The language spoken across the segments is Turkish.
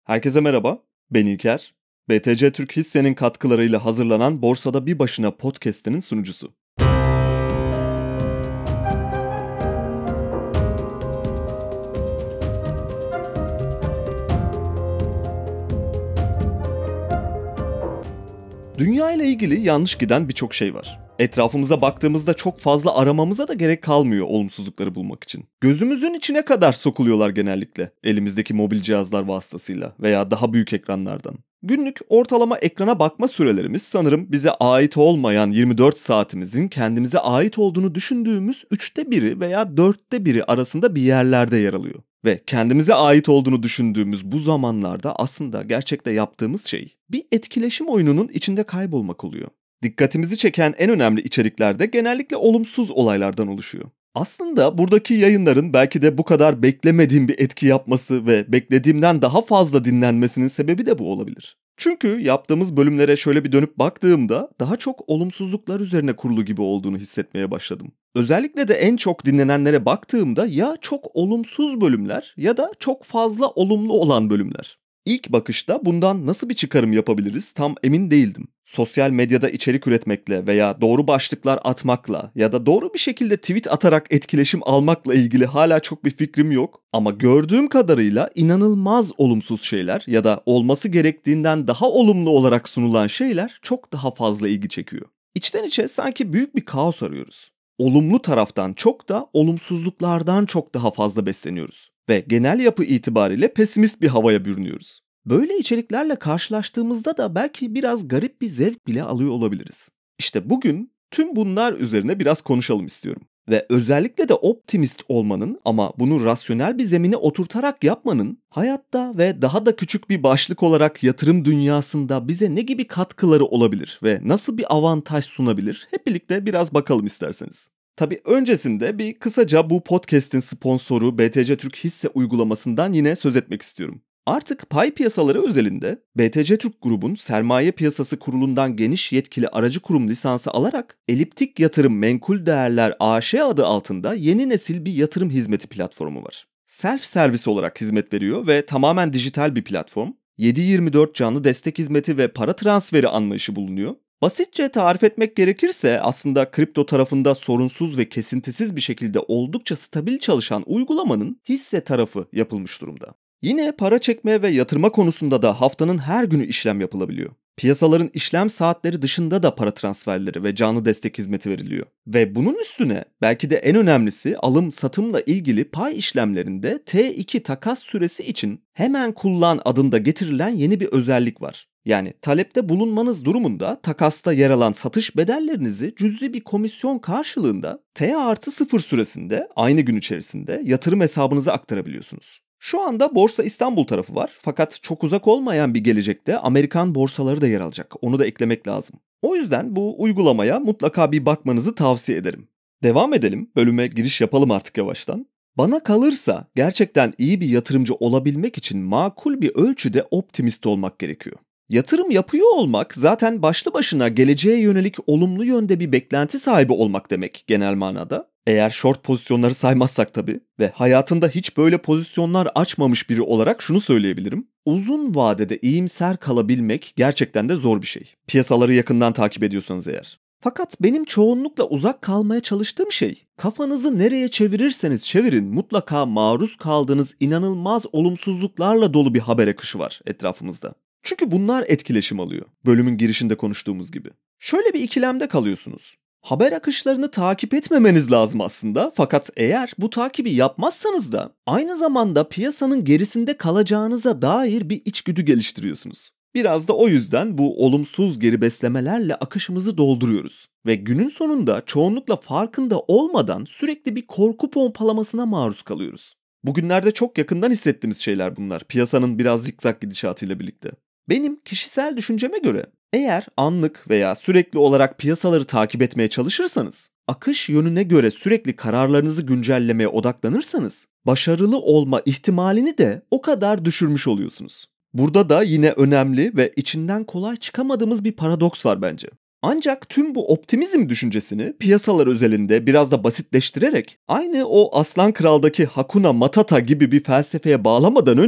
Herkese merhaba, ben İlker. BTC Türk Hisse'nin katkılarıyla hazırlanan Borsada Bir Başına podcast'inin sunucusu. Dünya ile ilgili yanlış giden birçok şey var. Etrafımıza baktığımızda çok fazla aramamıza da gerek kalmıyor olumsuzlukları bulmak için. Gözümüzün içine kadar sokuluyorlar genellikle elimizdeki mobil cihazlar vasıtasıyla veya daha büyük ekranlardan. Günlük ortalama ekrana bakma sürelerimiz sanırım bize ait olmayan 24 saatimizin kendimize ait olduğunu düşündüğümüz 1/3 veya 1/4 arasında bir yerlerde yer alıyor. Ve kendimize ait olduğunu düşündüğümüz bu zamanlarda aslında gerçekte yaptığımız şey bir etkileşim oyununun içinde kaybolmak oluyor. Dikkatimizi çeken en önemli içerikler de genellikle olumsuz olaylardan oluşuyor. Aslında buradaki yayınların belki de bu kadar beklemediğim bir etki yapması ve beklediğimden daha fazla dinlenmesinin sebebi de bu olabilir. Çünkü yaptığımız bölümlere şöyle bir dönüp baktığımda daha çok olumsuzluklar üzerine kurulu gibi olduğunu hissetmeye başladım. Özellikle de en çok dinlenenlere baktığımda ya çok olumsuz bölümler ya da çok fazla olumlu olan bölümler. İlk bakışta bundan nasıl bir çıkarım yapabiliriz tam emin değildim. Sosyal medyada içerik üretmekle veya doğru başlıklar atmakla ya da doğru bir şekilde tweet atarak etkileşim almakla ilgili hala çok bir fikrim yok. Ama gördüğüm kadarıyla inanılmaz olumsuz şeyler ya da olması gerektiğinden daha olumlu olarak sunulan şeyler çok daha fazla ilgi çekiyor. İçten içe sanki büyük bir kaos arıyoruz. Olumlu taraftan çok da olumsuzluklardan çok daha fazla besleniyoruz ve genel yapı itibariyle pesimist bir havaya bürünüyoruz. Böyle içeriklerle karşılaştığımızda da belki biraz garip bir zevk bile alıyor olabiliriz. İşte bugün tüm bunlar üzerine biraz konuşalım istiyorum. Ve özellikle de optimist olmanın ama bunu rasyonel bir zemine oturtarak yapmanın hayatta ve daha da küçük bir başlık olarak yatırım dünyasında bize ne gibi katkıları olabilir ve nasıl bir avantaj sunabilir? Hep birlikte biraz bakalım isterseniz. Tabii öncesinde bir kısaca bu podcast'in sponsoru BTC Türk hisse uygulamasından yine söz etmek istiyorum. Artık pay piyasaları özelinde BTC Türk Grubun Sermaye Piyasası Kurulu'ndan geniş yetkili aracı kurum lisansı alarak Eliptik Yatırım Menkul Değerler AŞ adı altında yeni nesil bir yatırım hizmeti platformu var. Self servis olarak hizmet veriyor ve tamamen dijital bir platform. 7/24 canlı destek hizmeti ve para transferi anlayışı bulunuyor. Basitçe tarif etmek gerekirse aslında kripto tarafında sorunsuz ve kesintisiz bir şekilde oldukça stabil çalışan uygulamanın hisse tarafı yapılmış durumda. Yine para çekme ve yatırma konusunda da haftanın her günü işlem yapılabiliyor. Piyasaların işlem saatleri dışında da para transferleri ve canlı destek hizmeti veriliyor. Ve bunun üstüne belki de en önemlisi alım satımla ilgili pay işlemlerinde T2 takas süresi için hemen kullan adında getirilen yeni bir özellik var. Yani talepte bulunmanız durumunda takasta yer alan satış bedellerinizi cüzi bir komisyon karşılığında T+0 süresinde aynı gün içerisinde yatırım hesabınıza aktarabiliyorsunuz. Şu anda Borsa İstanbul tarafı var fakat çok uzak olmayan bir gelecekte Amerikan borsaları da yer alacak. Onu da eklemek lazım. O yüzden bu uygulamaya mutlaka bir bakmanızı tavsiye ederim. Devam edelim. Bölüme giriş yapalım artık yavaştan. Bana kalırsa gerçekten iyi bir yatırımcı olabilmek için makul bir ölçüde optimist olmak gerekiyor. Yatırım yapıyor olmak zaten başlı başına geleceğe yönelik olumlu yönde bir beklenti sahibi olmak demek genel manada. Eğer short pozisyonları saymazsak tabii ve hayatında hiç böyle pozisyonlar açmamış biri olarak şunu söyleyebilirim. Uzun vadede iyimser kalabilmek gerçekten de zor bir şey. Piyasaları yakından takip ediyorsanız eğer. Fakat benim çoğunlukla uzak kalmaya çalıştığım şey, kafanızı nereye çevirirseniz çevirin mutlaka maruz kaldığınız inanılmaz olumsuzluklarla dolu bir haber akışı var etrafımızda. Çünkü bunlar etkileşim alıyor. Bölümün girişinde konuştuğumuz gibi. Şöyle bir ikilemde kalıyorsunuz. Haber akışlarını takip etmemeniz lazım aslında fakat eğer bu takibi yapmazsanız da aynı zamanda piyasanın gerisinde kalacağınıza dair bir içgüdü geliştiriyorsunuz. Biraz da o yüzden bu olumsuz geri beslemelerle akışımızı dolduruyoruz. Ve günün sonunda çoğunlukla farkında olmadan sürekli bir korku pompalamasına maruz kalıyoruz. Bugünlerde çok yakından hissettiğimiz şeyler bunlar piyasanın biraz zikzak gidişatıyla birlikte. Benim kişisel düşünceme göre eğer anlık veya sürekli olarak piyasaları takip etmeye çalışırsanız, akış yönüne göre sürekli kararlarınızı güncellemeye odaklanırsanız, başarılı olma ihtimalini de o kadar düşürmüş oluyorsunuz. Burada da yine önemli ve içinden kolay çıkamadığımız bir paradoks var bence. Ancak tüm bu optimizm düşüncesini piyasalar özelinde biraz da basitleştirerek aynı o Aslan Kral'daki Hakuna Matata gibi bir felsefeye bağlamadan önce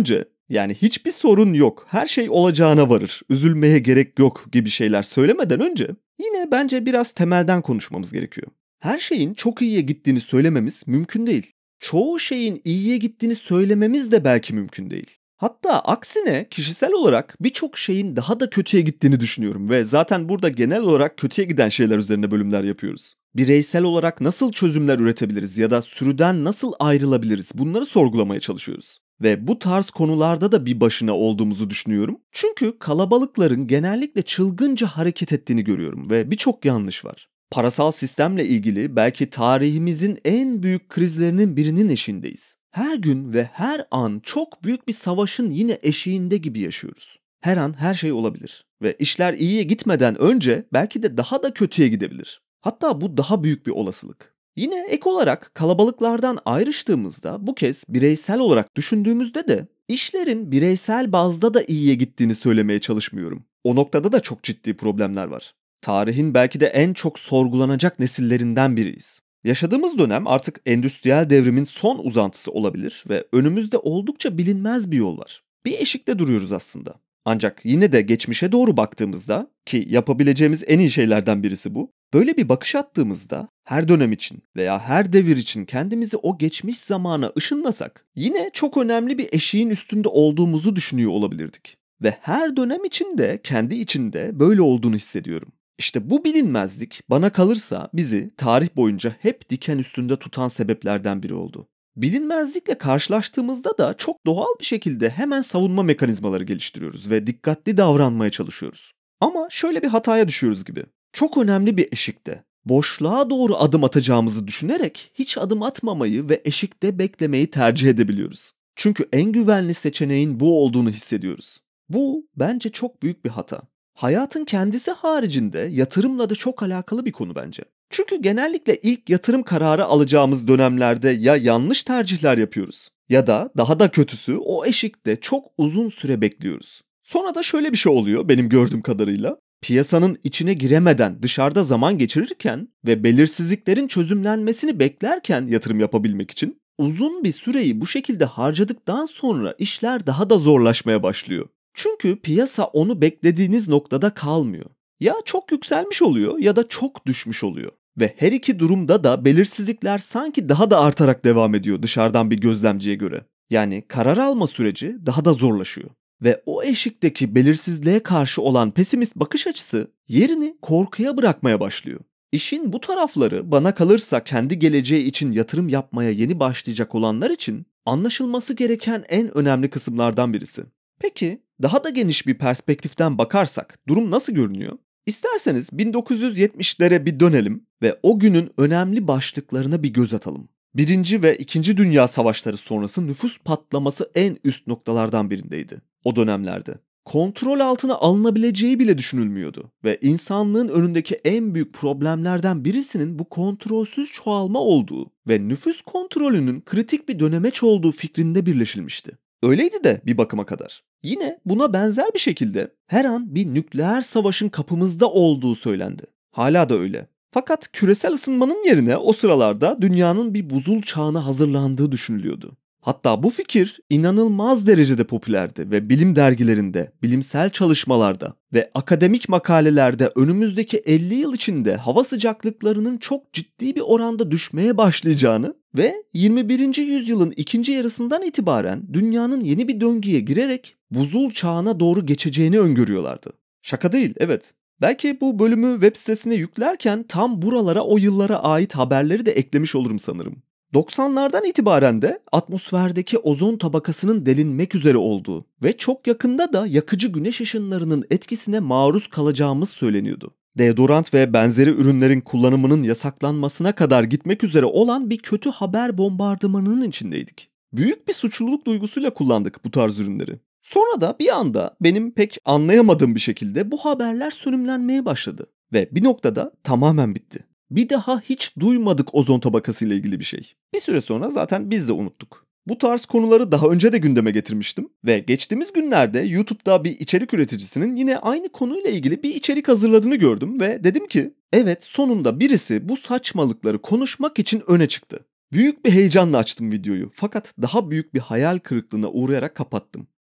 Yani hiçbir sorun yok, her şey olacağına varır, üzülmeye gerek yok gibi şeyler söylemeden önce yine bence biraz temelden konuşmamız gerekiyor. Her şeyin çok iyiye gittiğini söylememiz mümkün değil. Çoğu şeyin iyiye gittiğini söylememiz de belki mümkün değil. Hatta aksine kişisel olarak birçok şeyin daha da kötüye gittiğini düşünüyorum ve zaten burada genel olarak kötüye giden şeyler üzerine bölümler yapıyoruz. Bireysel olarak nasıl çözümler üretebiliriz ya da sürüden nasıl ayrılabiliriz bunları sorgulamaya çalışıyoruz. Ve bu tarz konularda da bir başına olduğumuzu düşünüyorum. Çünkü kalabalıkların genellikle çılgınca hareket ettiğini görüyorum ve birçok yanlış var. Parasal sistemle ilgili belki tarihimizin en büyük krizlerinin birinin eşiğindeyiz. Her gün ve her an çok büyük bir savaşın yine eşiğinde gibi yaşıyoruz. Her an her şey olabilir ve işler iyiye gitmeden önce belki de daha da kötüye gidebilir. Hatta bu daha büyük bir olasılık. Yine ek olarak kalabalıklardan ayrıştığımızda bu kez bireysel olarak düşündüğümüzde de işlerin bireysel bazda da iyiye gittiğini söylemeye çalışmıyorum. O noktada da çok ciddi problemler var. Tarihin belki de en çok sorgulanacak nesillerinden biriyiz. Yaşadığımız dönem artık endüstriyel devrimin son uzantısı olabilir ve önümüzde oldukça bilinmez bir yol var. Bir eşikte duruyoruz aslında. Ancak yine de geçmişe doğru baktığımızda, ki yapabileceğimiz en iyi şeylerden birisi bu, böyle bir bakış attığımızda her dönem için veya her devir için kendimizi o geçmiş zamana ışınlasak yine çok önemli bir eşiğin üstünde olduğumuzu düşünüyor olabilirdik. Ve her dönem için de kendi içinde böyle olduğunu hissediyorum. İşte bu bilinmezlik bana kalırsa bizi tarih boyunca hep diken üstünde tutan sebeplerden biri oldu. Bilinmezlikle karşılaştığımızda da çok doğal bir şekilde hemen savunma mekanizmaları geliştiriyoruz ve dikkatli davranmaya çalışıyoruz. Ama şöyle bir hataya düşüyoruz gibi. Çok önemli bir eşikte boşluğa doğru adım atacağımızı düşünerek hiç adım atmamayı ve eşikte beklemeyi tercih edebiliyoruz. Çünkü en güvenli seçeneğin bu olduğunu hissediyoruz. Bu bence çok büyük bir hata. Hayatın kendisi haricinde yatırımla da çok alakalı bir konu bence. Çünkü genellikle ilk yatırım kararı alacağımız dönemlerde ya yanlış tercihler yapıyoruz ya da daha da kötüsü o eşikte çok uzun süre bekliyoruz. Sonra da şöyle bir şey oluyor benim gördüğüm kadarıyla. Piyasanın içine giremeden dışarıda zaman geçirirken ve belirsizliklerin çözümlenmesini beklerken yatırım yapabilmek için uzun bir süreyi bu şekilde harcadıktan sonra işler daha da zorlaşmaya başlıyor. Çünkü piyasa onu beklediğiniz noktada kalmıyor. Ya çok yükselmiş oluyor ya da çok düşmüş oluyor. Ve her iki durumda da belirsizlikler sanki daha da artarak devam ediyor dışarıdan bir gözlemciye göre. Yani karar alma süreci daha da zorlaşıyor. Ve o eşikteki belirsizliğe karşı olan pesimist bakış açısı yerini korkuya bırakmaya başlıyor. İşin bu tarafları bana kalırsa kendi geleceği için yatırım yapmaya yeni başlayacak olanlar için anlaşılması gereken en önemli kısımlardan birisi. Peki, daha da geniş bir perspektiften bakarsak durum nasıl görünüyor? İsterseniz 1970'lere bir dönelim ve o günün önemli başlıklarına bir göz atalım. Birinci ve İkinci Dünya Savaşları sonrası nüfus patlaması en üst noktalardan birindeydi o dönemlerde. Kontrol altına alınabileceği bile düşünülmüyordu ve insanlığın önündeki en büyük problemlerden birisinin bu kontrolsüz çoğalma olduğu ve nüfus kontrolünün kritik bir dönemeç olduğu fikrinde birleşilmişti. Öyleydi de bir bakıma kadar. Yine buna benzer bir şekilde her an bir nükleer savaşın kapımızda olduğu söylendi. Hala da öyle. Fakat küresel ısınmanın yerine o sıralarda dünyanın bir buzul çağına hazırlandığı düşünülüyordu. Hatta bu fikir inanılmaz derecede popülerdi ve bilim dergilerinde, bilimsel çalışmalarda ve akademik makalelerde önümüzdeki 50 yıl içinde hava sıcaklıklarının çok ciddi bir oranda düşmeye başlayacağını ve 21. yüzyılın ikinci yarısından itibaren dünyanın yeni bir döngüye girerek buzul çağına doğru geçeceğini öngörüyorlardı. Şaka değil, evet. Belki bu bölümü web sitesine yüklerken tam buralara o yıllara ait haberleri de eklemiş olurum sanırım. 90'lardan itibaren de atmosferdeki ozon tabakasının delinmek üzere olduğu ve çok yakında da yakıcı güneş ışınlarının etkisine maruz kalacağımız söyleniyordu. Deodorant ve benzeri ürünlerin kullanımının yasaklanmasına kadar gitmek üzere olan bir kötü haber bombardımanının içindeydik. Büyük bir suçluluk duygusuyla kullandık bu tarz ürünleri. Sonra da bir anda benim pek anlayamadığım bir şekilde bu haberler sönümlenmeye başladı ve bir noktada tamamen bitti. Bir daha hiç duymadık ozon tabakası ile ilgili bir şey. Bir süre sonra zaten biz de unuttuk. Bu tarz konuları daha önce de gündeme getirmiştim ve geçtiğimiz günlerde YouTube'da bir içerik üreticisinin yine aynı konuyla ilgili bir içerik hazırladığını gördüm ve dedim ki, evet, sonunda birisi bu saçmalıkları konuşmak için öne çıktı. Büyük bir heyecanla açtım videoyu fakat daha büyük bir hayal kırıklığına uğrayarak kapattım.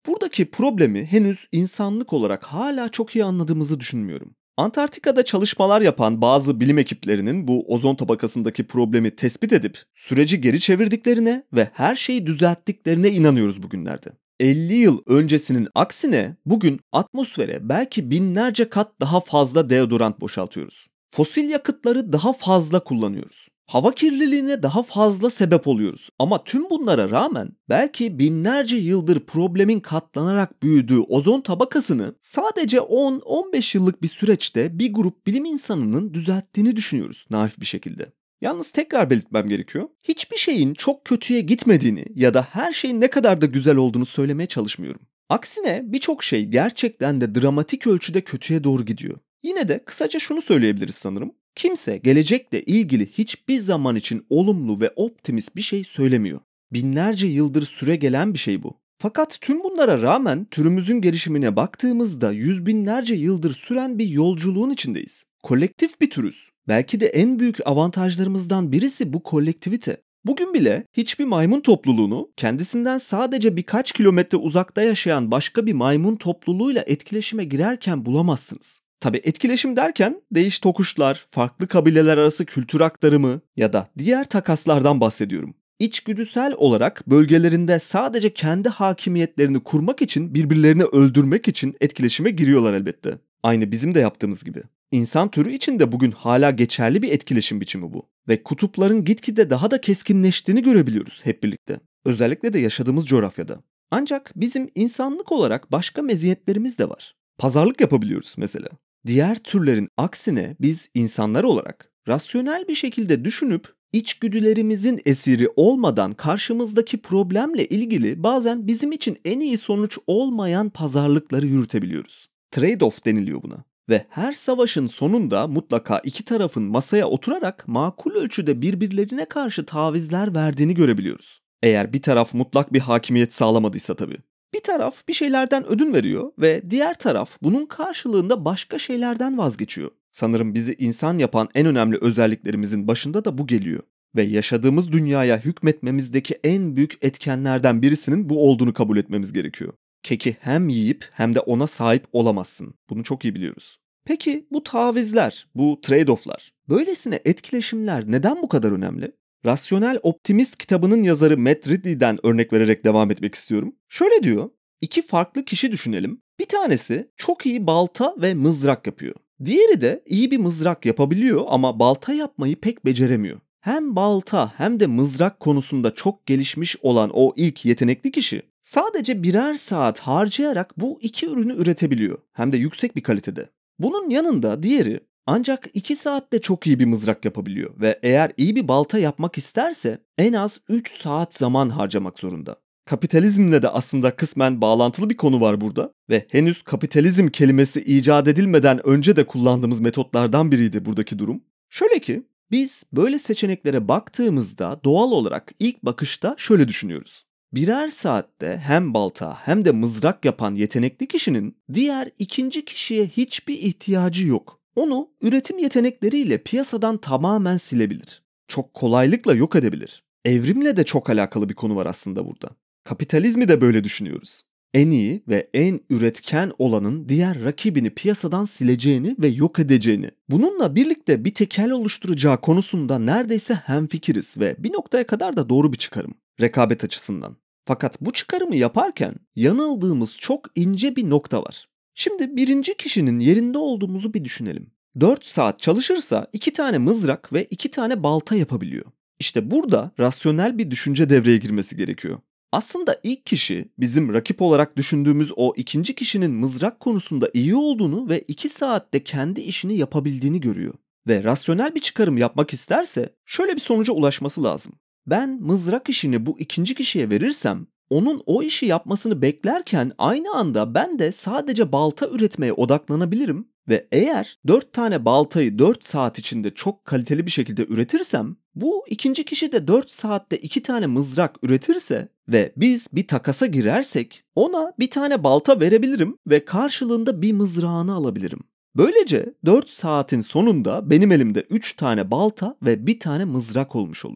Buradaki problemi henüz insanlık olarak hala çok iyi anladığımızı düşünmüyorum. Antarktika'da çalışmalar yapan bazı bilim ekiplerinin bu ozon tabakasındaki problemi tespit edip süreci geri çevirdiklerine ve her şeyi düzelttiklerine inanıyoruz bugünlerde. 50 yıl öncesinin aksine bugün atmosfere belki binlerce kat daha fazla deodorant boşaltıyoruz. Fosil yakıtları daha fazla kullanıyoruz. Hava kirliliğine daha fazla sebep oluyoruz. Ama tüm bunlara rağmen belki binlerce yıldır problemin katlanarak büyüdüğü ozon tabakasını sadece 10-15 yıllık bir süreçte bir grup bilim insanının düzelttiğini düşünüyoruz naif bir şekilde. Yalnız tekrar belirtmem gerekiyor. Hiçbir şeyin çok kötüye gitmediğini ya da her şeyin ne kadar da güzel olduğunu söylemeye çalışmıyorum. Aksine birçok şey gerçekten de dramatik ölçüde kötüye doğru gidiyor. Yine de kısaca şunu söyleyebiliriz sanırım. Kimse gelecekle ilgili hiçbir zaman için olumlu ve optimist bir şey söylemiyor. Binlerce yıldır süre gelen bir şey bu. Fakat tüm bunlara rağmen türümüzün gelişimine baktığımızda yüz binlerce yıldır süren bir yolculuğun içindeyiz. Kolektif bir türüz. Belki de en büyük avantajlarımızdan birisi bu kolektivite. Bugün bile hiçbir maymun topluluğunu kendisinden sadece birkaç kilometre uzakta yaşayan başka bir maymun topluluğuyla etkileşime girerken bulamazsınız. Tabii etkileşim derken değiş tokuşlar, farklı kabileler arası kültür aktarımı ya da diğer takaslardan bahsediyorum. İçgüdüsel olarak bölgelerinde sadece kendi hakimiyetlerini kurmak için birbirlerini öldürmek için etkileşime giriyorlar elbette. Aynı bizim de yaptığımız gibi. İnsan türü için de bugün hala geçerli bir etkileşim biçimi bu. Ve kutupların gitgide daha da keskinleştiğini görebiliyoruz hep birlikte. Özellikle de yaşadığımız coğrafyada. Ancak bizim insanlık olarak başka meziyetlerimiz de var. Pazarlık yapabiliyoruz mesela. Diğer türlerin aksine biz insanlar olarak rasyonel bir şekilde düşünüp içgüdülerimizin esiri olmadan karşımızdaki problemle ilgili bazen bizim için en iyi sonuç olmayan pazarlıkları yürütebiliyoruz. Trade-off deniliyor buna. Ve her savaşın sonunda mutlaka iki tarafın masaya oturarak makul ölçüde birbirlerine karşı tavizler verdiğini görebiliyoruz. Eğer bir taraf mutlak bir hakimiyet sağlamadıysa tabii. Bir taraf bir şeylerden ödün veriyor ve diğer taraf bunun karşılığında başka şeylerden vazgeçiyor. Sanırım bizi insan yapan en önemli özelliklerimizin başında da bu geliyor. Ve yaşadığımız dünyaya hükmetmemizdeki en büyük etkenlerden birisinin bu olduğunu kabul etmemiz gerekiyor. Keki hem yiyip hem de ona sahip olamazsın. Bunu çok iyi biliyoruz. Peki bu tavizler, bu trade-off'lar, böylesine etkileşimler neden bu kadar önemli? Rasyonel Optimist kitabının yazarı Matt Ridley'den örnek vererek devam etmek istiyorum. Şöyle diyor, iki farklı kişi düşünelim. Bir tanesi çok iyi balta ve mızrak yapıyor. Diğeri de iyi bir mızrak yapabiliyor ama balta yapmayı pek beceremiyor. Hem balta hem de mızrak konusunda çok gelişmiş olan o ilk yetenekli kişi sadece birer saat harcayarak bu iki ürünü üretebiliyor. Hem de yüksek bir kalitede. Bunun yanında diğeri ancak 2 saatte çok iyi bir mızrak yapabiliyor ve eğer iyi bir balta yapmak isterse en az 3 saat zaman harcamak zorunda. Kapitalizmle de aslında kısmen bağlantılı bir konu var burada ve henüz kapitalizm kelimesi icat edilmeden önce de kullandığımız metotlardan biriydi buradaki durum. Şöyle ki biz böyle seçeneklere baktığımızda doğal olarak ilk bakışta şöyle düşünüyoruz. Birer saatte hem balta hem de mızrak yapan yetenekli kişinin diğer ikinci kişiye hiçbir ihtiyacı yok. Onu üretim yetenekleriyle piyasadan tamamen silebilir. Çok kolaylıkla yok edebilir. Evrimle de çok alakalı bir konu var aslında burada. Kapitalizmi de böyle düşünüyoruz. En iyi ve en üretken olanın diğer rakibini piyasadan sileceğini ve yok edeceğini, bununla birlikte bir tekel oluşturacağı konusunda neredeyse hemfikiriz ve bir noktaya kadar da doğru bir çıkarım rekabet açısından. Fakat bu çıkarımı yaparken yanıldığımız çok ince bir nokta var. Şimdi birinci kişinin yerinde olduğumuzu bir düşünelim. 4 saat çalışırsa 2 tane mızrak ve 2 tane balta yapabiliyor. İşte burada rasyonel bir düşünce devreye girmesi gerekiyor. Aslında ilk kişi bizim rakip olarak düşündüğümüz o ikinci kişinin mızrak konusunda iyi olduğunu ve 2 saatte kendi işini yapabildiğini görüyor. Ve rasyonel bir çıkarım yapmak isterse şöyle bir sonuca ulaşması lazım. Ben mızrak işini bu ikinci kişiye verirsem onun o işi yapmasını beklerken aynı anda ben de sadece balta üretmeye odaklanabilirim ve eğer 4 tane baltayı 4 saat içinde çok kaliteli bir şekilde üretirsem bu ikinci kişi de 4 saatte 2 tane mızrak üretirse ve biz bir takasa girersek ona bir tane balta verebilirim ve karşılığında bir mızrağını alabilirim. Böylece 4 saatin sonunda benim elimde 3 tane balta ve bir tane mızrak olmuş olur.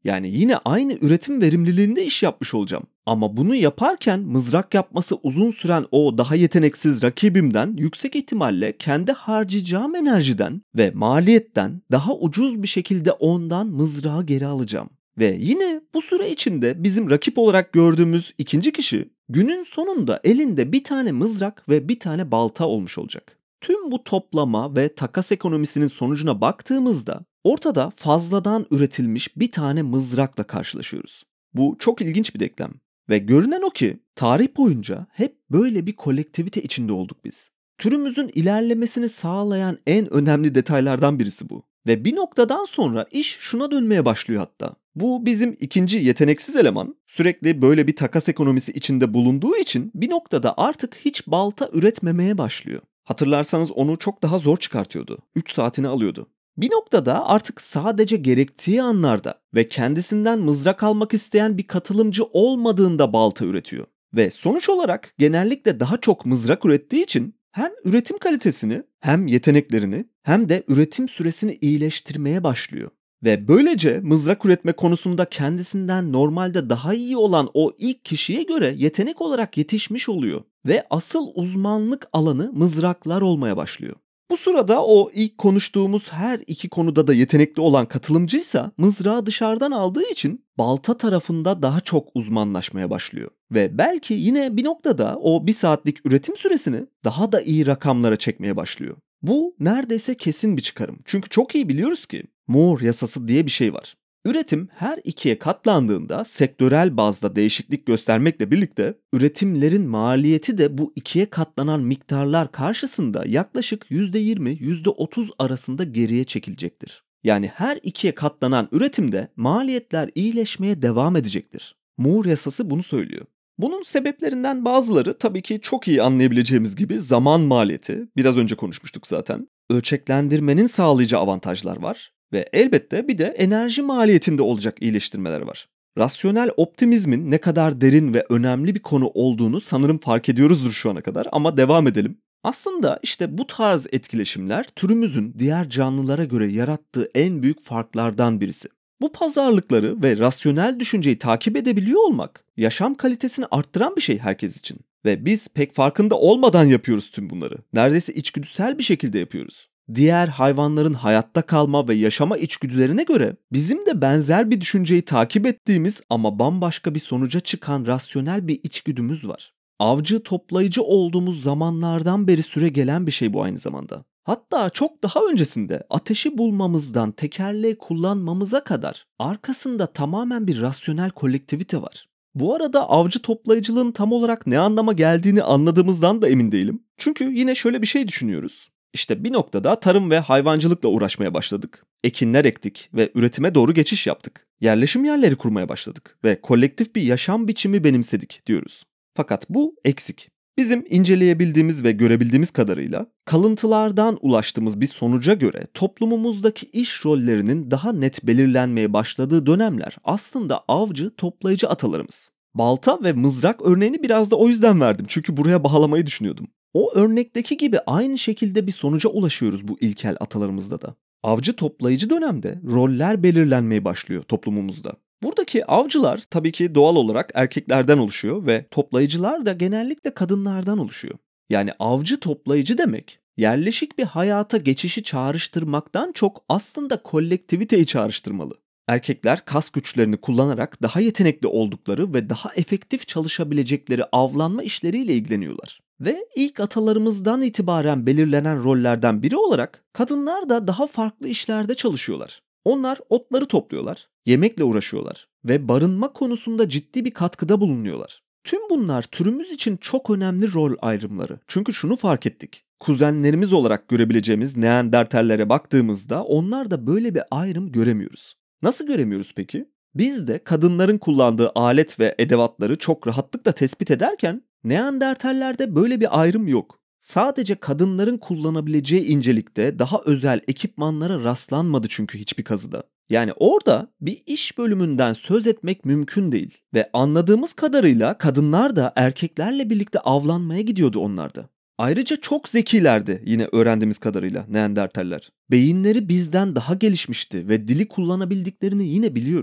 Yani yine aynı üretim verimliliğinde iş yapmış olacağım. Ama bunu yaparken mızrak yapması uzun süren o daha yeteneksiz rakibimden yüksek ihtimalle kendi harcayacağım enerjiden ve maliyetten daha ucuz bir şekilde ondan mızrağı geri alacağım. Ve yine bu süre içinde bizim rakip olarak gördüğümüz ikinci kişi günün sonunda elinde bir tane mızrak ve bir tane balta olmuş olacak. Tüm bu toplama ve takas ekonomisinin sonucuna baktığımızda ortada fazladan üretilmiş bir tane mızrakla karşılaşıyoruz. Bu çok ilginç bir denklem. Ve görünen o ki tarih boyunca hep böyle bir kolektivite içinde olduk biz. Türümüzün ilerlemesini sağlayan en önemli detaylardan birisi bu. Ve bir noktadan sonra iş şuna dönmeye başlıyor hatta. Bu bizim ikinci yeteneksiz eleman sürekli böyle bir takas ekonomisi içinde bulunduğu için bir noktada artık hiç balta üretmemeye başlıyor. Hatırlarsanız onu çok daha zor çıkartıyordu. 3 saatini alıyordu. Bir noktada artık sadece gerektiği anlarda ve kendisinden mızrak almak isteyen bir katılımcı olmadığında balta üretiyor. Ve sonuç olarak genellikle daha çok mızrak ürettiği için hem üretim kalitesini hem yeteneklerini hem de üretim süresini iyileştirmeye başlıyor. Ve böylece mızrak üretme konusunda kendisinden normalde daha iyi olan o ilk kişiye göre yetenek olarak yetişmiş oluyor. Ve asıl uzmanlık alanı mızraklar olmaya başlıyor. Bu sırada o ilk konuştuğumuz her iki konuda da yetenekli olan katılımcıysa mızrağı dışarıdan aldığı için balta tarafında daha çok uzmanlaşmaya başlıyor. Ve belki yine bir noktada o bir saatlik üretim süresini daha da iyi rakamlara çekmeye başlıyor. Bu neredeyse kesin bir çıkarım. Çünkü çok iyi biliyoruz ki Moore yasası diye bir şey var. Üretim her ikiye katlandığında sektörel bazda değişiklik göstermekle birlikte üretimlerin maliyeti de bu ikiye katlanan miktarlar karşısında yaklaşık %20-%30 arasında geriye çekilecektir. Yani her ikiye katlanan üretimde maliyetler iyileşmeye devam edecektir. Moore yasası bunu söylüyor. Bunun sebeplerinden bazıları tabii ki çok iyi anlayabileceğimiz gibi zaman maliyeti, biraz önce konuşmuştuk zaten. Ölçeklendirmenin sağlayacağı avantajlar var. Ve elbette bir de enerji maliyetinde olacak iyileştirmeler var. Rasyonel optimizmin ne kadar derin ve önemli bir konu olduğunu sanırım fark ediyoruzdur şu ana kadar ama devam edelim. Aslında işte bu tarz etkileşimler türümüzün diğer canlılara göre yarattığı en büyük farklardan birisi. Bu pazarlıkları ve rasyonel düşünceyi takip edebiliyor olmak yaşam kalitesini arttıran bir şey herkes için. Ve biz pek farkında olmadan yapıyoruz tüm bunları. Neredeyse içgüdüsel bir şekilde yapıyoruz. Diğer hayvanların hayatta kalma ve yaşama içgüdülerine göre bizim de benzer bir düşünceyi takip ettiğimiz ama bambaşka bir sonuca çıkan rasyonel bir içgüdümüz var. Avcı toplayıcı olduğumuz zamanlardan beri süregelen bir şey bu aynı zamanda. Hatta çok daha öncesinde ateşi bulmamızdan tekerleği kullanmamıza kadar arkasında tamamen bir rasyonel kolektivite var. Bu arada avcı toplayıcılığın tam olarak ne anlama geldiğini anladığımızdan da emin değilim. Çünkü yine şöyle bir şey düşünüyoruz. İşte bir noktada tarım ve hayvancılıkla uğraşmaya başladık. Ekinler ektik ve üretime doğru geçiş yaptık. Yerleşim yerleri kurmaya başladık ve kolektif bir yaşam biçimi benimsedik diyoruz. Fakat bu eksik. Bizim inceleyebildiğimiz ve görebildiğimiz kadarıyla kalıntılardan ulaştığımız bir sonuca göre toplumumuzdaki iş rollerinin daha net belirlenmeye başladığı dönemler aslında avcı toplayıcı atalarımız. Balta ve mızrak örneğini biraz da o yüzden verdim çünkü buraya bağlamayı düşünüyordum. O örnekteki gibi aynı şekilde bir sonuca ulaşıyoruz bu ilkel atalarımızda da. Avcı toplayıcı dönemde roller belirlenmeye başlıyor toplumumuzda. Buradaki avcılar tabii ki doğal olarak erkeklerden oluşuyor ve toplayıcılar da genellikle kadınlardan oluşuyor. Yani avcı toplayıcı demek yerleşik bir hayata geçişi çağrıştırmaktan çok aslında kolektiviteyi çağrıştırmalı. Erkekler kas güçlerini kullanarak daha yetenekli oldukları ve daha efektif çalışabilecekleri avlanma işleriyle ilgileniyorlar. Ve ilk atalarımızdan itibaren belirlenen rollerden biri olarak kadınlar da daha farklı işlerde çalışıyorlar. Onlar otları topluyorlar, yemekle uğraşıyorlar ve barınma konusunda ciddi bir katkıda bulunuyorlar. Tüm bunlar türümüz için çok önemli rol ayrımları. Çünkü şunu fark ettik. Kuzenlerimiz olarak görebileceğimiz Neandertallere baktığımızda onlar da böyle bir ayrım göremiyoruz. Nasıl göremiyoruz peki? Biz de kadınların kullandığı alet ve edevatları çok rahatlıkla tespit ederken Neandertallerde böyle bir ayrım yok. Sadece kadınların kullanabileceği incelikte daha özel ekipmanlara rastlanmadı çünkü hiçbir kazıda. Yani orada bir iş bölümünden söz etmek mümkün değil. Ve anladığımız kadarıyla kadınlar da erkeklerle birlikte avlanmaya gidiyordu onlarda. Ayrıca çok zekilerdi yine öğrendiğimiz kadarıyla Neandertaller. Beyinleri bizden daha gelişmişti ve dili kullanabildiklerini yine biliyoruz.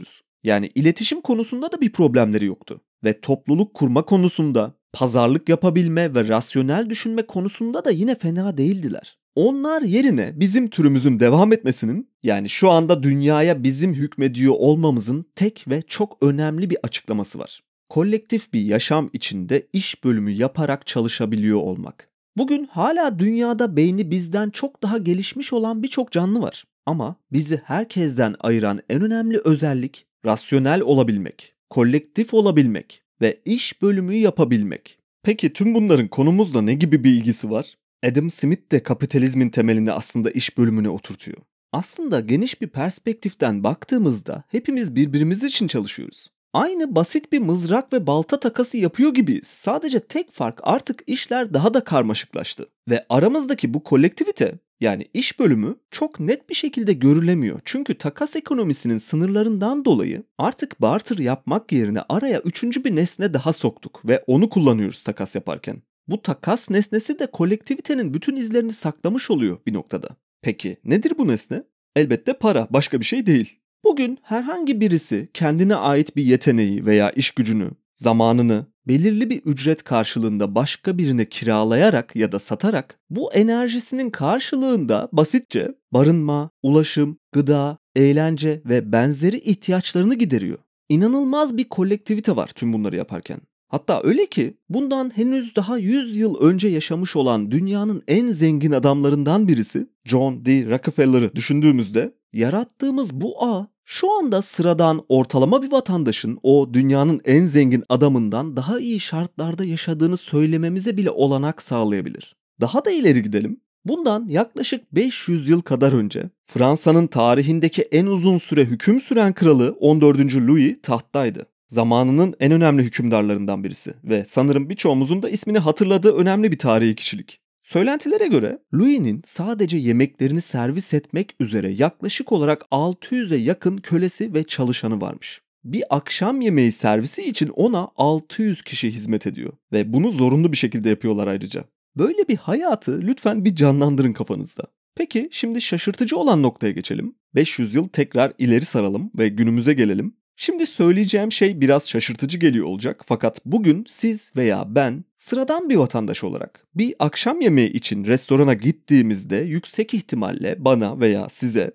Yani iletişim konusunda da bir problemleri yoktu. Ve topluluk kurma konusunda, pazarlık yapabilme ve rasyonel düşünme konusunda da yine fena değildiler. Onlar yerine bizim türümüzün devam etmesinin, yani şu anda dünyaya bizim hükmediyor olmamızın tek ve çok önemli bir açıklaması var. Kolektif bir yaşam içinde iş bölümü yaparak çalışabiliyor olmak. Bugün hala dünyada beyni bizden çok daha gelişmiş olan birçok canlı var. Ama bizi herkesten ayıran en önemli özellik rasyonel olabilmek, kolektif olabilmek ve iş bölümü yapabilmek. Peki tüm bunların konumuzla ne gibi bir ilgisi var? Adam Smith de kapitalizmin temelini aslında iş bölümüne oturtuyor. Aslında geniş bir perspektiften baktığımızda hepimiz birbirimiz için çalışıyoruz. Aynı basit bir mızrak ve balta takası yapıyor gibiyiz. Sadece tek fark artık işler daha da karmaşıklaştı. Ve aramızdaki bu kolektivite, yani iş bölümü çok net bir şekilde görülemiyor. Çünkü takas ekonomisinin sınırlarından dolayı artık barter yapmak yerine araya üçüncü bir nesne daha soktuk ve onu kullanıyoruz takas yaparken. Bu takas nesnesi de kolektivitenin bütün izlerini saklamış oluyor bir noktada. Peki nedir bu nesne? Elbette para, başka bir şey değil. Bugün herhangi birisi kendine ait bir yeteneği veya iş gücünü, zamanını belirli bir ücret karşılığında başka birine kiralayarak ya da satarak bu enerjisinin karşılığında basitçe barınma, ulaşım, gıda, eğlence ve benzeri ihtiyaçlarını gideriyor. İnanılmaz bir kolektivite var tüm bunları yaparken. Hatta öyle ki bundan henüz daha 100 yıl önce yaşamış olan dünyanın en zengin adamlarından birisi John D. Rockefeller'ı düşündüğümüzde yarattığımız bu ağ şu anda sıradan ortalama bir vatandaşın o dünyanın en zengin adamından daha iyi şartlarda yaşadığını söylememize bile olanak sağlayabilir. Daha da ileri gidelim. Bundan yaklaşık 500 yıl kadar önce Fransa'nın tarihindeki en uzun süre hüküm süren kralı 14. Louis tahttaydı. Zamanının en önemli hükümdarlarından birisi ve sanırım birçoğumuzun da ismini hatırladığı önemli bir tarihi kişilik. Söylentilere göre Louis'nin sadece yemeklerini servis etmek üzere yaklaşık olarak 600'e yakın kölesi ve çalışanı varmış. Bir akşam yemeği servisi için ona 600 kişi hizmet ediyor ve bunu zorunlu bir şekilde yapıyorlar ayrıca. Böyle bir hayatı lütfen bir canlandırın kafanızda. Peki şimdi şaşırtıcı olan noktaya geçelim. 500 yıl tekrar ileri saralım ve günümüze gelelim. Şimdi söyleyeceğim şey biraz şaşırtıcı geliyor olacak fakat bugün siz veya ben sıradan bir vatandaş olarak bir akşam yemeği için restorana gittiğimizde yüksek ihtimalle bana veya size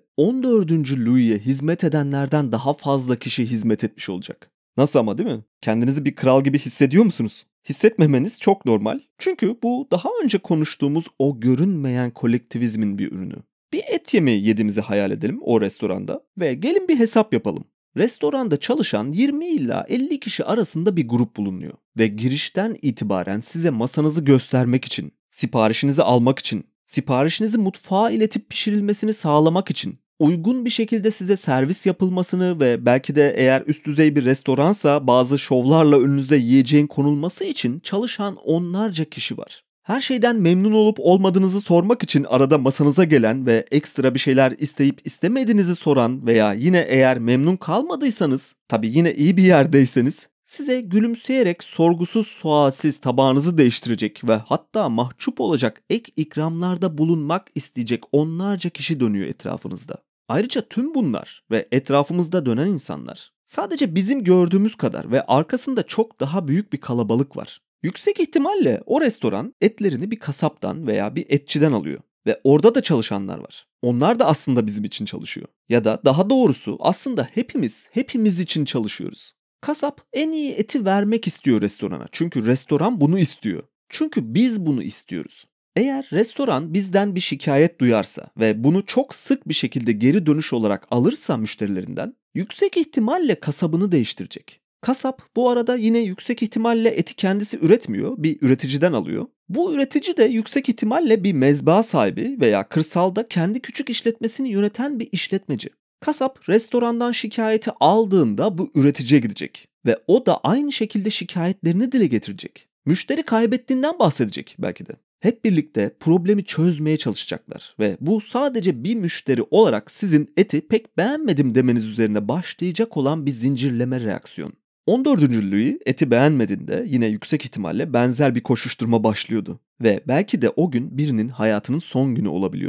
14. Louis'e hizmet edenlerden daha fazla kişi hizmet etmiş olacak. Nasıl ama değil mi? Kendinizi bir kral gibi hissediyor musunuz? Hissetmemeniz çok normal. Çünkü bu daha önce konuştuğumuz o görünmeyen kolektivizmin bir ürünü. Bir et yemeği yediğimizi hayal edelim o restoranda ve gelin bir hesap yapalım. Restoranda çalışan 20 ila 50 kişi arasında bir grup bulunuyor ve girişten itibaren size masanızı göstermek için, siparişinizi almak için, siparişinizi mutfağa iletip pişirilmesini sağlamak için, uygun bir şekilde size servis yapılmasını ve belki de eğer üst düzey bir restoransa bazı şovlarla önünüze yiyeceğin konulması için çalışan onlarca kişi var. Her şeyden memnun olup olmadığınızı sormak için arada masanıza gelen ve ekstra bir şeyler isteyip istemediğinizi soran veya yine eğer memnun kalmadıysanız, tabii yine iyi bir yerdeyseniz, size gülümseyerek sorgusuz sualsiz tabağınızı değiştirecek ve hatta mahcup olacak ek ikramlarda bulunmak isteyecek onlarca kişi dönüyor etrafınızda. Ayrıca tüm bunlar ve etrafımızda dönen insanlar sadece bizim gördüğümüz kadar ve arkasında çok daha büyük bir kalabalık var. Yüksek ihtimalle o restoran etlerini bir kasaptan veya bir etçiden alıyor ve orada da çalışanlar var. Onlar da aslında bizim için çalışıyor. Ya da daha doğrusu aslında hepimiz için çalışıyoruz. Kasap en iyi eti vermek istiyor restorana. Çünkü restoran bunu istiyor. Çünkü biz bunu istiyoruz. Eğer restoran bizden bir şikayet duyarsa ve bunu çok sık bir şekilde geri dönüş olarak alırsa müşterilerinden, yüksek ihtimalle kasabını değiştirecek. Kasap bu arada yine yüksek ihtimalle eti kendisi üretmiyor, bir üreticiden alıyor. Bu üretici de yüksek ihtimalle bir mezba sahibi veya kırsalda kendi küçük işletmesini yöneten bir işletmeci. Kasap restorandan şikayeti aldığında bu üreticiye gidecek ve o da aynı şekilde şikayetlerini dile getirecek. Müşteri kaybettiğinden bahsedecek belki de. Hep birlikte problemi çözmeye çalışacaklar ve bu sadece bir müşteri olarak sizin eti pek beğenmedim demeniz üzerine başlayacak olan bir zincirleme reaksiyon. 14. Louis eti beğenmediğinde yine yüksek ihtimalle benzer bir koşuşturma başlıyordu ve belki de o gün birinin hayatının son günü olabiliyordu.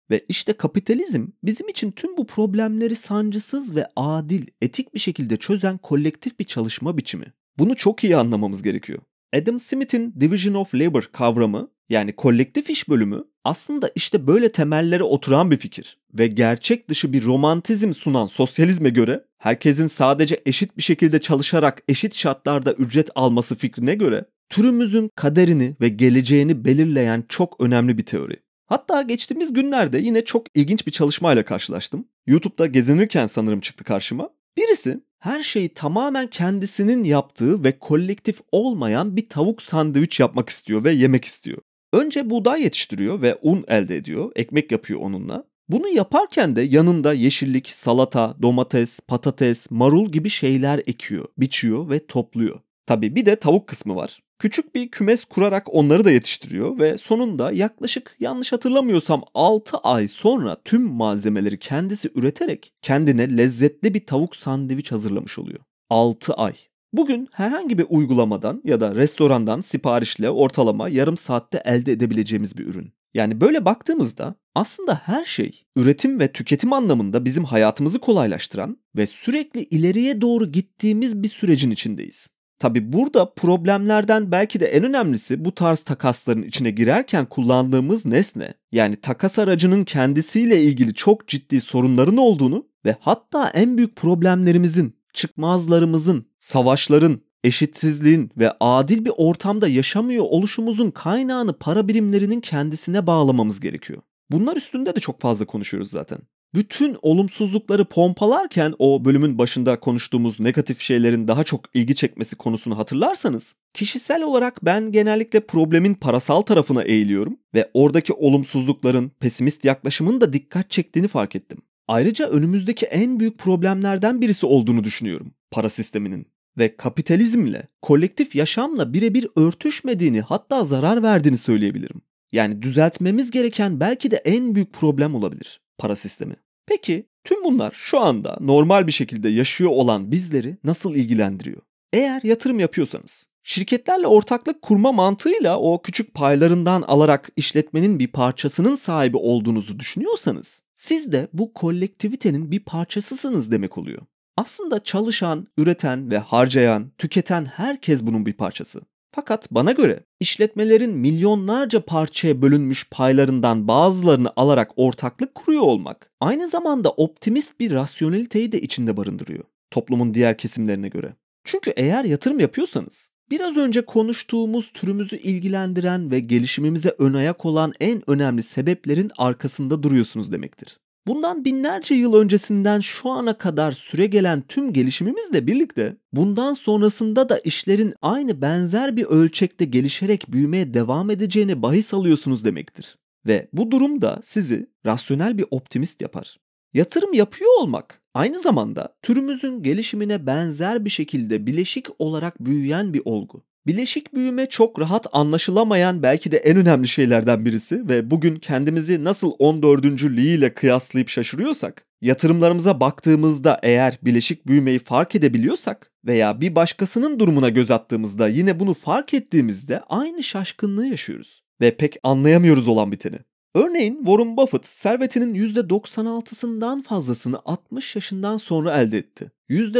Ve işte kapitalizm bizim için tüm bu problemleri sancısız ve adil, etik bir şekilde çözen kolektif bir çalışma biçimi. Bunu çok iyi anlamamız gerekiyor. Adam Smith'in Division of Labor kavramı, yani kolektif iş bölümü, aslında işte böyle temellere oturan bir fikir ve gerçek dışı bir romantizm sunan sosyalizme göre herkesin sadece eşit bir şekilde çalışarak eşit şartlarda ücret alması fikrine göre türümüzün kaderini ve geleceğini belirleyen çok önemli bir teori. Hatta geçtiğimiz günlerde yine çok ilginç bir çalışmayla karşılaştım. YouTube'da gezinirken sanırım çıktı karşıma. Birisi her şeyi tamamen kendisinin yaptığı ve kolektif olmayan bir tavuk sandviç yapmak istiyor ve yemek istiyor. Önce buğday yetiştiriyor ve un elde ediyor, ekmek yapıyor onunla. Bunu yaparken de yanında yeşillik, salata, domates, patates, marul gibi şeyler ekiyor, biçiyor ve topluyor. Tabii bir de tavuk kısmı var. Küçük bir kümes kurarak onları da yetiştiriyor ve sonunda yaklaşık yanlış hatırlamıyorsam 6 ay sonra tüm malzemeleri kendisi üreterek kendine lezzetli bir tavuk sandviç hazırlamış oluyor. 6 ay. Bugün herhangi bir uygulamadan ya da restorandan siparişle ortalama yarım saatte elde edebileceğimiz bir ürün. Yani böyle baktığımızda aslında her şey üretim ve tüketim anlamında bizim hayatımızı kolaylaştıran ve sürekli ileriye doğru gittiğimiz bir sürecin içindeyiz. Tabii burada problemlerden belki de en önemlisi bu tarz takasların içine girerken kullandığımız nesne. Yani takas aracının kendisiyle ilgili çok ciddi sorunların olduğunu ve hatta en büyük problemlerimizin, çıkmazlarımızın, savaşların, eşitsizliğin ve adil bir ortamda yaşamıyor oluşumuzun kaynağını para birimlerinin kendisine bağlamamız gerekiyor. Bunlar üstünde de çok fazla konuşuyoruz zaten. Bütün olumsuzlukları pompalarken o bölümün başında konuştuğumuz negatif şeylerin daha çok ilgi çekmesi konusunu hatırlarsanız, kişisel olarak ben genellikle problemin parasal tarafına eğiliyorum ve oradaki olumsuzlukların, pesimist yaklaşımın da dikkat çektiğini fark ettim. Ayrıca önümüzdeki en büyük problemlerden birisi olduğunu düşünüyorum para sisteminin ve kapitalizmle, kolektif yaşamla birebir örtüşmediğini, hatta zarar verdiğini söyleyebilirim. Yani düzeltmemiz gereken belki de en büyük problem olabilir para sistemi. Peki tüm bunlar şu anda normal bir şekilde yaşıyor olan bizleri nasıl ilgilendiriyor? Eğer yatırım yapıyorsanız, şirketlerle ortaklık kurma mantığıyla o küçük paylarından alarak işletmenin bir parçasının sahibi olduğunuzu düşünüyorsanız, siz de bu kolektivitenin bir parçasısınız demek oluyor. Aslında çalışan, üreten ve harcayan, tüketen herkes bunun bir parçası. Fakat bana göre işletmelerin milyonlarca parçaya bölünmüş paylarından bazılarını alarak ortaklık kuruyor olmak aynı zamanda optimist bir rasyoneliteyi de içinde barındırıyor toplumun diğer kesimlerine göre. Çünkü eğer yatırım yapıyorsanız biraz önce konuştuğumuz türümüzü ilgilendiren ve gelişimimize ön ayak olan en önemli sebeplerin arkasında duruyorsunuz demektir. Bundan binlerce yıl öncesinden şu ana kadar süregelen tüm gelişimimizle birlikte bundan sonrasında da işlerin aynı benzer bir ölçekte gelişerek büyümeye devam edeceğine bahis alıyorsunuz demektir. Ve bu durum da sizi rasyonel bir optimist yapar. Yatırım yapıyor olmak aynı zamanda türümüzün gelişimine benzer bir şekilde bileşik olarak büyüyen bir olgu. Bileşik büyüme çok rahat anlaşılamayan belki de en önemli şeylerden birisi ve bugün kendimizi nasıl 14. Lee ile kıyaslayıp şaşırıyorsak, yatırımlarımıza baktığımızda eğer bileşik büyümeyi fark edebiliyorsak veya bir başkasının durumuna göz attığımızda yine bunu fark ettiğimizde aynı şaşkınlığı yaşıyoruz ve pek anlayamıyoruz olan biteni. Örneğin Warren Buffett servetinin %96'sından fazlasını 60 yaşından sonra elde etti.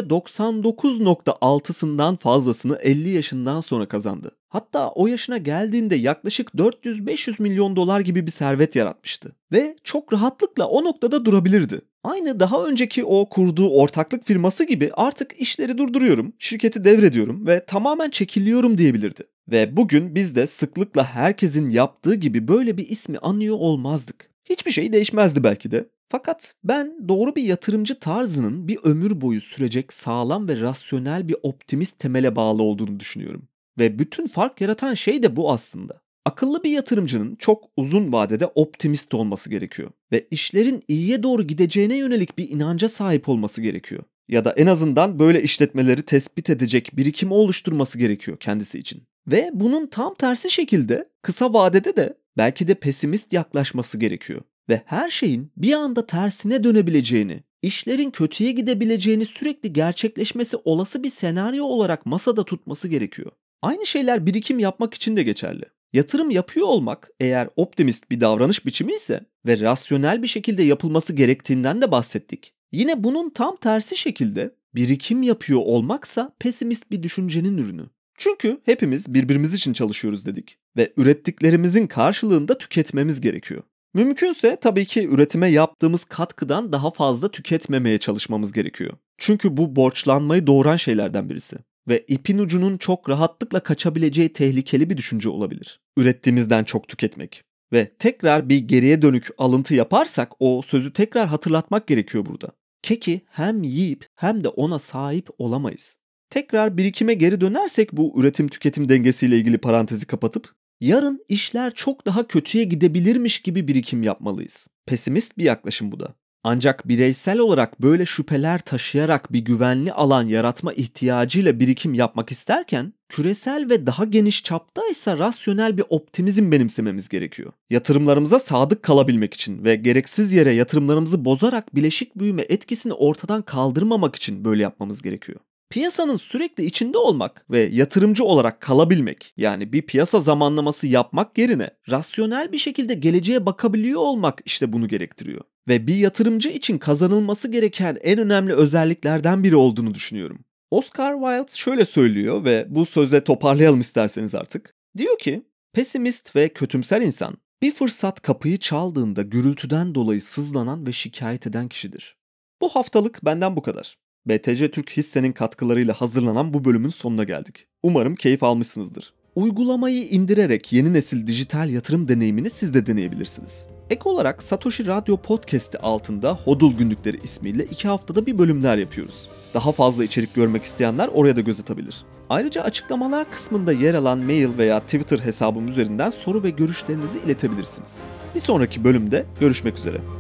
%99,6'sından fazlasını 50 yaşından sonra kazandı. Hatta o yaşına geldiğinde yaklaşık 400-500 milyon dolar gibi bir servet yaratmıştı. Ve çok rahatlıkla o noktada durabilirdi. Aynı daha önceki o kurduğu ortaklık firması gibi artık işleri durduruyorum, şirketi devrediyorum ve tamamen çekiliyorum diyebilirdi. Ve bugün biz de sıklıkla herkesin yaptığı gibi böyle bir ismi anıyor olmazdık. Hiçbir şey değişmezdi belki de. Fakat ben doğru bir yatırımcı tarzının bir ömür boyu sürecek sağlam ve rasyonel bir optimist temele bağlı olduğunu düşünüyorum. Ve bütün fark yaratan şey de bu aslında. Akıllı bir yatırımcının çok uzun vadede optimist olması gerekiyor ve işlerin iyiye doğru gideceğine yönelik bir inanca sahip olması gerekiyor. Ya da en azından böyle işletmeleri tespit edecek birikimi oluşturması gerekiyor kendisi için. Ve bunun tam tersi şekilde kısa vadede de belki de pesimist yaklaşması gerekiyor. Ve her şeyin bir anda tersine dönebileceğini, işlerin kötüye gidebileceğini sürekli gerçekleşmesi olası bir senaryo olarak masada tutması gerekiyor. Aynı şeyler birikim yapmak için de geçerli. Yatırım yapıyor olmak eğer optimist bir davranış biçimi ise ve rasyonel bir şekilde yapılması gerektiğinden de bahsettik. Yine bunun tam tersi şekilde birikim yapıyor olmaksa pesimist bir düşüncenin ürünü. Çünkü hepimiz birbirimiz için çalışıyoruz dedik ve ürettiklerimizin karşılığında tüketmemiz gerekiyor. Mümkünse tabii ki üretime yaptığımız katkıdan daha fazla tüketmemeye çalışmamız gerekiyor. Çünkü bu borçlanmayı doğuran şeylerden birisi ve ipin ucunun çok rahatlıkla kaçabileceği tehlikeli bir düşünce olabilir. Ürettiğimizden çok tüketmek. Ve tekrar bir geriye dönük alıntı yaparsak o sözü tekrar hatırlatmak gerekiyor burada. Keki hem yiyip hem de ona sahip olamayız. Tekrar birikime geri dönersek bu üretim tüketim dengesiyle ilgili parantezi kapatıp yarın işler çok daha kötüye gidebilirmiş gibi birikim yapmalıyız. Pesimist bir yaklaşım bu da. Ancak bireysel olarak böyle şüpheler taşıyarak bir güvenli alan yaratma ihtiyacıyla birikim yapmak isterken, küresel ve daha geniş çapta ise rasyonel bir optimizm benimsememiz gerekiyor. Yatırımlarımıza sadık kalabilmek için ve gereksiz yere yatırımlarımızı bozarak bileşik büyüme etkisini ortadan kaldırmamak için böyle yapmamız gerekiyor. Piyasanın sürekli içinde olmak ve yatırımcı olarak kalabilmek, yani bir piyasa zamanlaması yapmak yerine rasyonel bir şekilde geleceğe bakabiliyor olmak işte bunu gerektiriyor. Ve bir yatırımcı için kazanılması gereken en önemli özelliklerden biri olduğunu düşünüyorum. Oscar Wilde şöyle söylüyor ve bu sözle toparlayalım isterseniz artık. Diyor ki, pesimist ve kötümser insan bir fırsat kapıyı çaldığında gürültüden dolayı sızlanan ve şikayet eden kişidir. Bu haftalık benden bu kadar. BTC Türk Hisse'nin katkılarıyla hazırlanan bu bölümün sonuna geldik. Umarım keyif almışsınızdır. Uygulamayı indirerek yeni nesil dijital yatırım deneyimini siz de deneyebilirsiniz. Ek olarak Satoshi Radyo Podcast'i altında Hodl Günlükleri ismiyle 2 haftada bir bölümler yapıyoruz. Daha fazla içerik görmek isteyenler oraya da göz atabilir. Ayrıca açıklamalar kısmında yer alan mail veya Twitter hesabım üzerinden soru ve görüşlerinizi iletebilirsiniz. Bir sonraki bölümde görüşmek üzere.